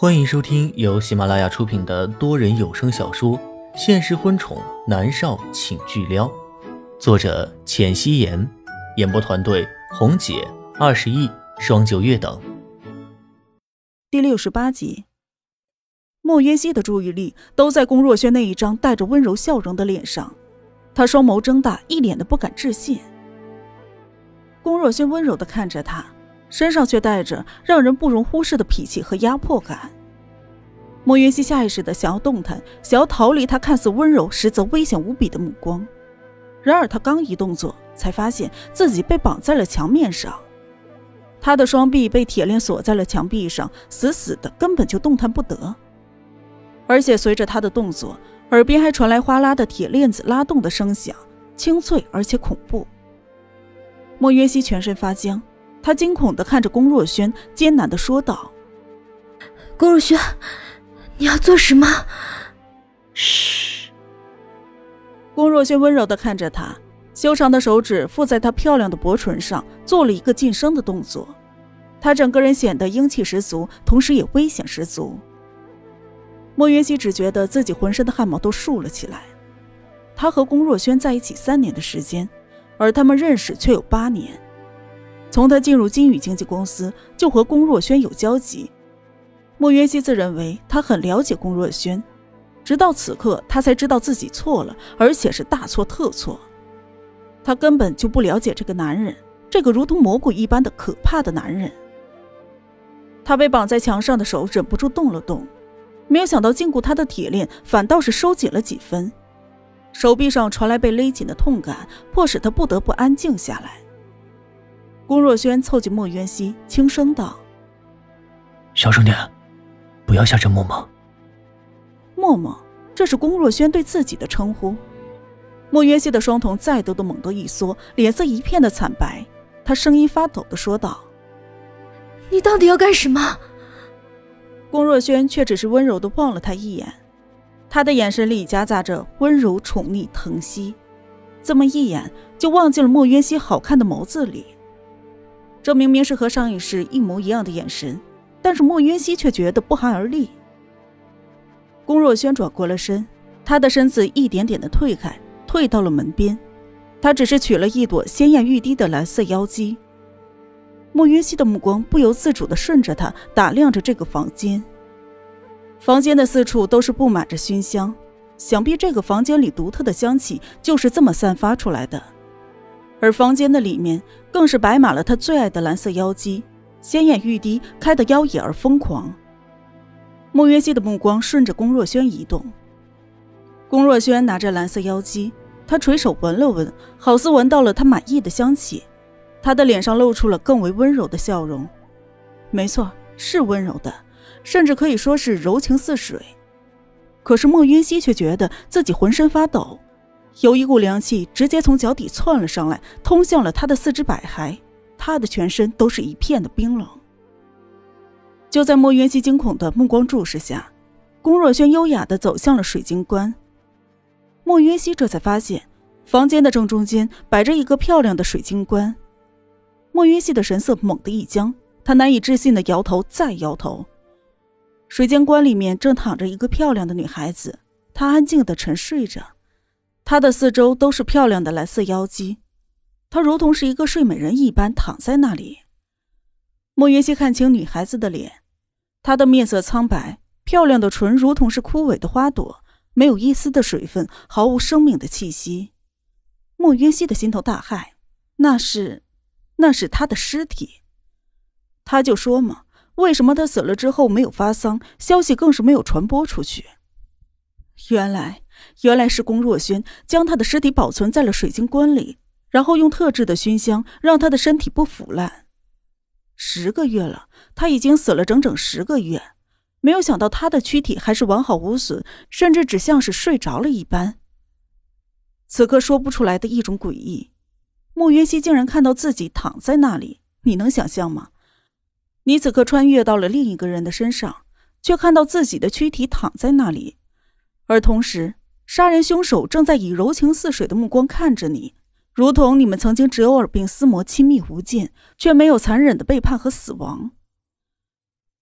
欢迎收听由喜马拉雅出品的多人有声小说《现实婚宠男少请巨撩》，作者浅汐颜，演播团队红姐、20亿、双九月等。 第68集，莫约西的注意力都在龚若轩那一张带着温柔笑容的脸上，他双眸睁大，一脸的不敢置信。龚若轩温柔地看着他，身上却带着让人不容忽视的脾气和压迫感。莫约西下意识地想要动弹，想要逃离他看似温柔实则危险无比的目光，然而他刚一动作，才发现自己被绑在了墙面上。他的双臂被铁链锁在了墙壁上，死死的，根本就动弹不得。而且随着他的动作，耳边还传来哗啦的铁链子拉动的声响，清脆而且恐怖。莫约西全身发僵，他惊恐地看着龚若轩，艰难地说道： 龚若轩，你要做什么？ 嘘。龚若轩温柔地看着他，修长的手指附在他漂亮的薄唇上，做了一个噤声的动作。他整个人显得英气十足，同时也危险十足。莫约西只觉得自己浑身的汗毛都竖了起来。他和龚若轩在一起3年的时间，而他们认识却有8年。从他进入金宇经纪公司，就和龚若轩有交集。莫约西自认为他很了解龚若轩，直到此刻他才知道自己错了，而且是大错特错。他根本就不了解这个男人，这个如同魔鬼一般的可怕的男人。他被绑在墙上的手忍不住动了动，没有想到禁锢他的铁链反倒是收紧了几分，手臂上传来被勒紧的痛感，迫使他不得不安静下来。龚若轩凑近莫渊熙，轻声道： 小声点，不要吓着默默。 默默，这是龚若轩对自己的称呼。莫渊熙的双瞳再度的猛地一缩，脸色一片的惨白，他声音发抖地说道： 你到底要干什么？ 龚若轩却只是温柔地望了他一眼，他的眼神里夹杂着温柔、宠溺、疼惜，这么一眼就望进了莫渊熙好看的眸子里。这明明是和上一世一模一样的眼神，但是莫渊熙却觉得不寒而栗。龚若轩转过了身，他的身子一点点地退开，退到了门边。他只是取了一朵鲜艳欲滴的蓝色妖姬。莫渊熙的目光不由自主地顺着他打量着这个房间。房间的四处都是布满着熏香，想必这个房间里独特的香气就是这么散发出来的。而房间的里面更是摆满了他最爱的蓝色妖姬，鲜艳欲滴，开得妖冶而疯狂。莫渊熙的目光顺着龚若轩移动。龚若轩拿着蓝色妖姬，他垂手闻了闻，好似闻到了他满意的香气。他的脸上露出了更为温柔的笑容，没错，是温柔的，甚至可以说是柔情似水。可是莫渊熙却觉得自己浑身发抖，有一股凉气直接从脚底窜了上来，通向了他的四肢百骸，他的全身都是一片的冰冷。就在莫渊熙惊恐的目光注视下，龚若轩优雅地走向了水晶棺。莫渊熙这才发现，房间的正中间摆着一个漂亮的水晶棺。莫渊熙的神色猛地一僵，他难以置信地摇头再摇头。水晶棺里面正躺着一个漂亮的女孩子，她安静地沉睡着，她的四周都是漂亮的蓝色妖姬，她如同是一个睡美人一般躺在那里。莫渊熙看清女孩子的脸，她的面色苍白，漂亮的唇如同是枯萎的花朵，没有一丝的水分，毫无生命的气息。莫渊熙的心头大骇，那是他的尸体。他就说嘛，为什么他死了之后没有发丧，消息更是没有传播出去。原来是龚若轩将他的尸体保存在了水晶棺里，然后用特制的熏香让他的身体不腐烂。10个月了，他已经死了整整10个月，没有想到他的躯体还是完好无损，甚至只像是睡着了一般。此刻说不出来的一种诡异，莫渊熙竟然看到自己躺在那里，你能想象吗？你此刻穿越到了另一个人的身上，却看到自己的躯体躺在那里，而同时杀人凶手正在以柔情似水的目光看着你，如同你们曾经只有耳鬓厮磨，亲密无间，却没有残忍的背叛和死亡。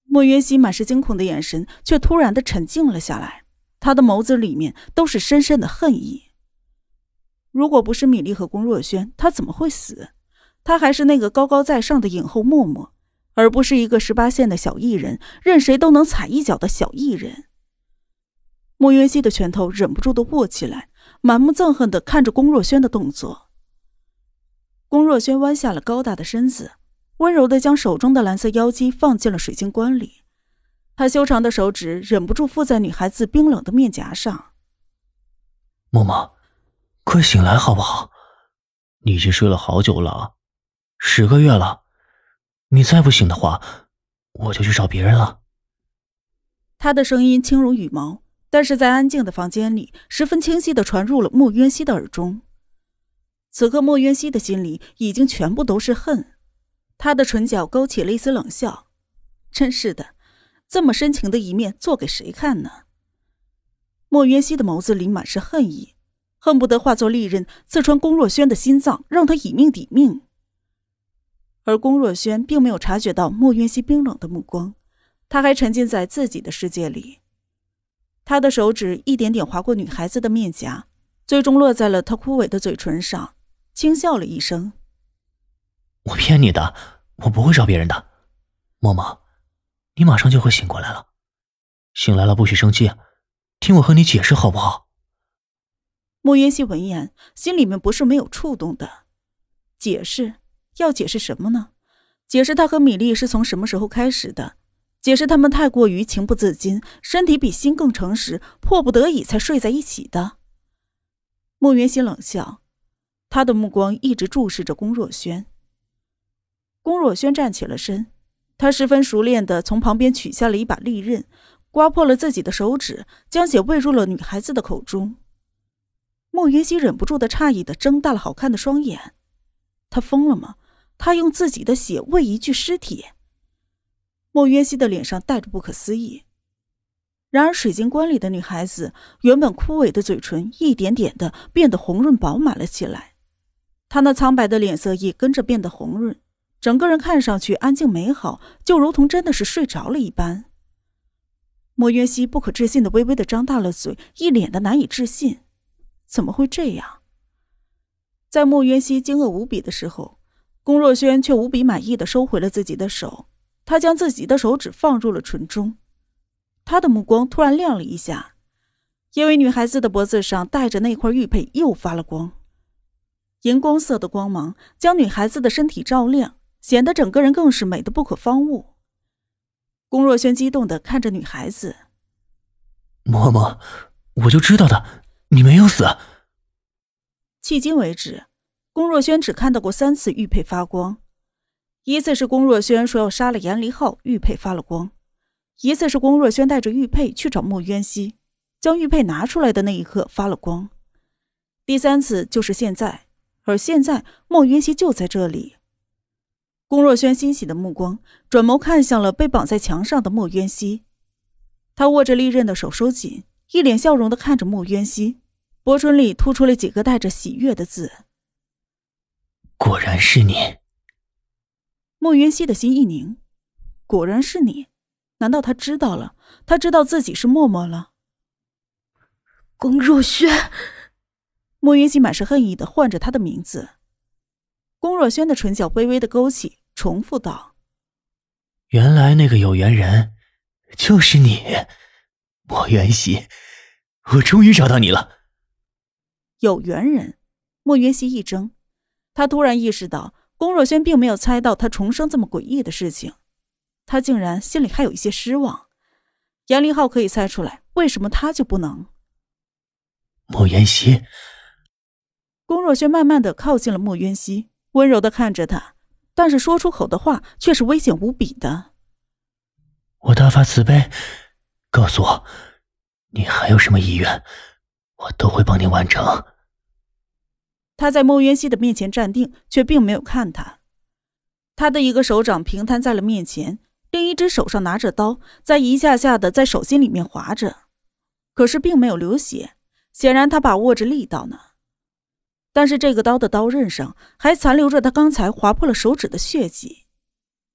莫渊熙满是惊恐的眼神却突然的沉静了下来，他的眸子里面都是深深的恨意。如果不是米粒和龚若轩，他怎么会死？他还是那个高高在上的影后默默，而不是一个18线的小艺人，任谁都能踩一脚的小艺人。莫渊熙的拳头忍不住的握起来，满目憎恨的看着龚若轩的动作。龚若轩弯下了高大的身子，温柔地将手中的蓝色妖姬放进了水晶棺里，他修长的手指忍不住附在女孩子冰冷的面颊上。 默默，快醒来好不好？你已经睡了好久了，10个月了，你再不醒的话，我就去找别人了。 他的声音轻如羽毛，但是在安静的房间里十分清晰地传入了莫渊熙的耳中。此刻莫渊熙的心里已经全部都是恨，他的唇角勾起了一丝冷笑，真是的，这么深情的一面做给谁看呢？莫渊熙的眸子里满是恨意，恨不得化作利刃刺穿龚若轩的心脏，让他以命抵命。而龚若轩并没有察觉到莫渊熙冰冷的目光，他还沉浸在自己的世界里。他的手指一点点划过女孩子的面颊，最终落在了她枯萎的嘴唇上，轻笑了一声。 我骗你的，我不会找别人的。默默，你马上就会醒过来了。醒来了不许生气，听我和你解释好不好？ 莫渊熙闻言，心里面不是没有触动的。解释？要解释什么呢？解释他和米粒是从什么时候开始的？解释他们太过于情不自禁，身体比心更诚实，迫不得已才睡在一起的。莫渊熙冷笑，他的目光一直注视着龚若轩。龚若轩站起了身，他十分熟练地从旁边取下了一把利刃，刮破了自己的手指，将血喂入了女孩子的口中。莫渊熙忍不住地诧异地睁大了好看的双眼，他疯了吗？他用自己的血喂一具尸体？莫渊熙的脸上带着不可思议。然而水晶棺里的女孩子原本枯萎的嘴唇一点点的变得红润饱满了起来，她那苍白的脸色也跟着变得红润，整个人看上去安静美好，就如同真的是睡着了一般。莫渊熙不可置信的微微的张大了嘴，一脸的难以置信，怎么会这样？在莫渊熙惊愕无比的时候，龚若轩却无比满意的收回了自己的手，他将自己的手指放入了唇中。他的目光突然亮了一下，因为女孩子的脖子上戴着那块玉佩又发了光，荧光色的光芒将女孩子的身体照亮，显得整个人更是美得不可方物。龚若轩激动地看着女孩子。 默默，我就知道的，你没有死。 迄今为止，龚若轩只看到过3次玉佩发光，一次是龚若轩说要杀了严离浩，玉佩发了光；一次是龚若轩带着玉佩去找莫渊熙，将玉佩拿出来的那一刻发了光；第3次就是现在，而现在莫渊熙就在这里。龚若轩欣喜的目光转眸看向了被绑在墙上的莫渊熙，他握着利刃的手收紧，一脸笑容地看着莫渊熙，薄唇里吐出了几个带着喜悦的字。 果然是你。 莫渊熙的心一凝，果然是你？难道他知道了？他知道自己是默默了？ 龚若轩。 莫渊熙满是恨意地唤着他的名字。龚若轩的唇角微微的勾起，重复道： 原来那个有缘人就是你，莫渊熙，我终于找到你了。 有缘人？莫渊熙一怔，他突然意识到龚若轩并没有猜到他重生这么诡异的事情，他竟然心里还有一些失望。严离浩可以猜出来，为什么他就不能？ 莫渊熙。 龚若轩慢慢地靠近了莫渊熙，温柔地看着他，但是说出口的话却是危险无比的。 我大发慈悲，告诉我，你还有什么意愿，我都会帮你完成。 他在莫渊熙的面前站定，却并没有看他。他的一个手掌平摊在了面前，另一只手上拿着刀，在一下下的在手心里面划着，可是并没有流血，显然他把握着力道呢。但是这个刀的刀刃上还残留着他刚才划破了手指的血迹，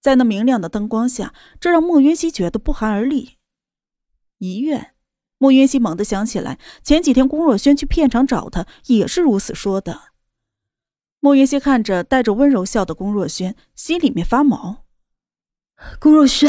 在那明亮的灯光下，这让莫云熙觉得不寒而栗。医院，莫云熙猛地想起来，前几天龚若轩去片场找他，也是如此说的。莫云熙看着带着温柔笑的龚若轩，心里面发毛。 龚若轩，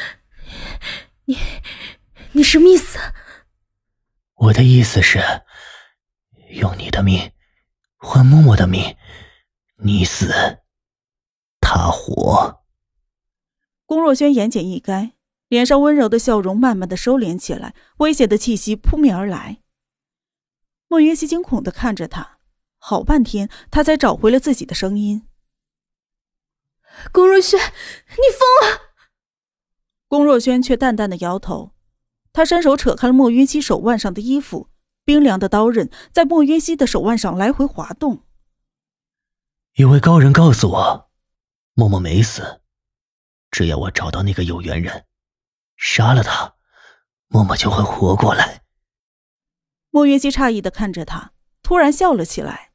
你什么意思？ 我的意思是，用你的命换默默的命，你死，他活。 龚若轩眼睑一该，脸上温柔的笑容慢慢的收敛起来，威胁的气息扑面而来。莫云熙惊恐地看着他，好半天他才找回了自己的声音。 龚若轩，你疯了！ 龚若轩却淡淡的摇头，他伸手扯开了莫云熙手腕上的衣服，冰凉的刀刃在莫云熙的手腕上来回滑动。 一位高人告诉我，默默没死，只要我找到那个有缘人，杀了他，默默就会活过来。 莫云熙诧异地看着他，突然笑了起来。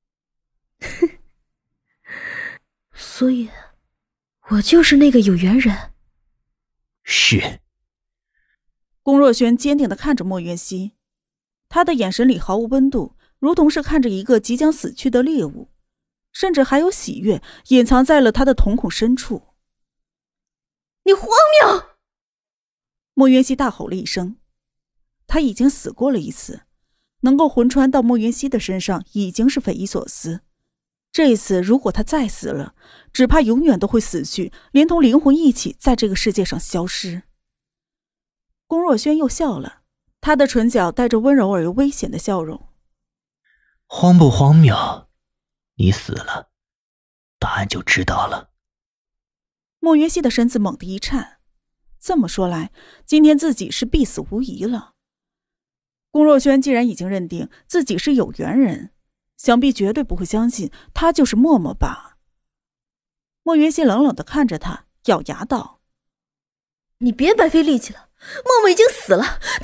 所以我就是那个有缘人。 是。 龚若轩坚定地看着莫云熙，他的眼神里毫无温度，如同是看着一个即将死去的猎物，甚至还有喜悦隐藏在了他的瞳孔深处。 你荒谬！ 莫云熙大吼了一声，他已经死过了一次，能够魂穿到莫云熙的身上已经是匪夷所思，这一次如果他再死了，只怕永远都会死去，连同灵魂一起在这个世界上消失。龚若轩又笑了，他的唇角带着温柔而又危险的笑容。 荒不荒谬？你死了，答案就知道了。 莫云熙的身子猛地一颤，这么说来，今天自己是必死无疑了。龚若轩既然已经认定自己是有缘人，想必绝对不会相信他就是默默吧。莫云熙冷冷地看着他，咬牙道： 你别白费力气了，默默已经死了，他……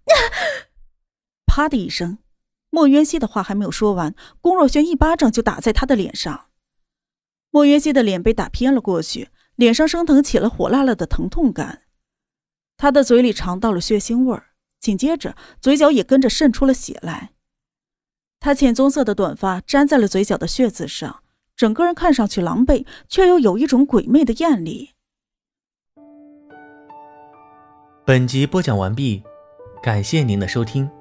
啪的一声，莫云熙的话还没有说完，龚若轩一巴掌就打在他的脸上。莫云熙的脸被打偏了过去，脸上升腾起了火辣辣的疼痛感，他的嘴里尝到了血腥味儿，紧接着嘴角也跟着渗出了血来。他浅棕色的短发粘在了嘴角的血渍上，整个人看上去狼狈，却又有一种鬼魅的艳丽。 本集播讲完毕，感谢您的收听。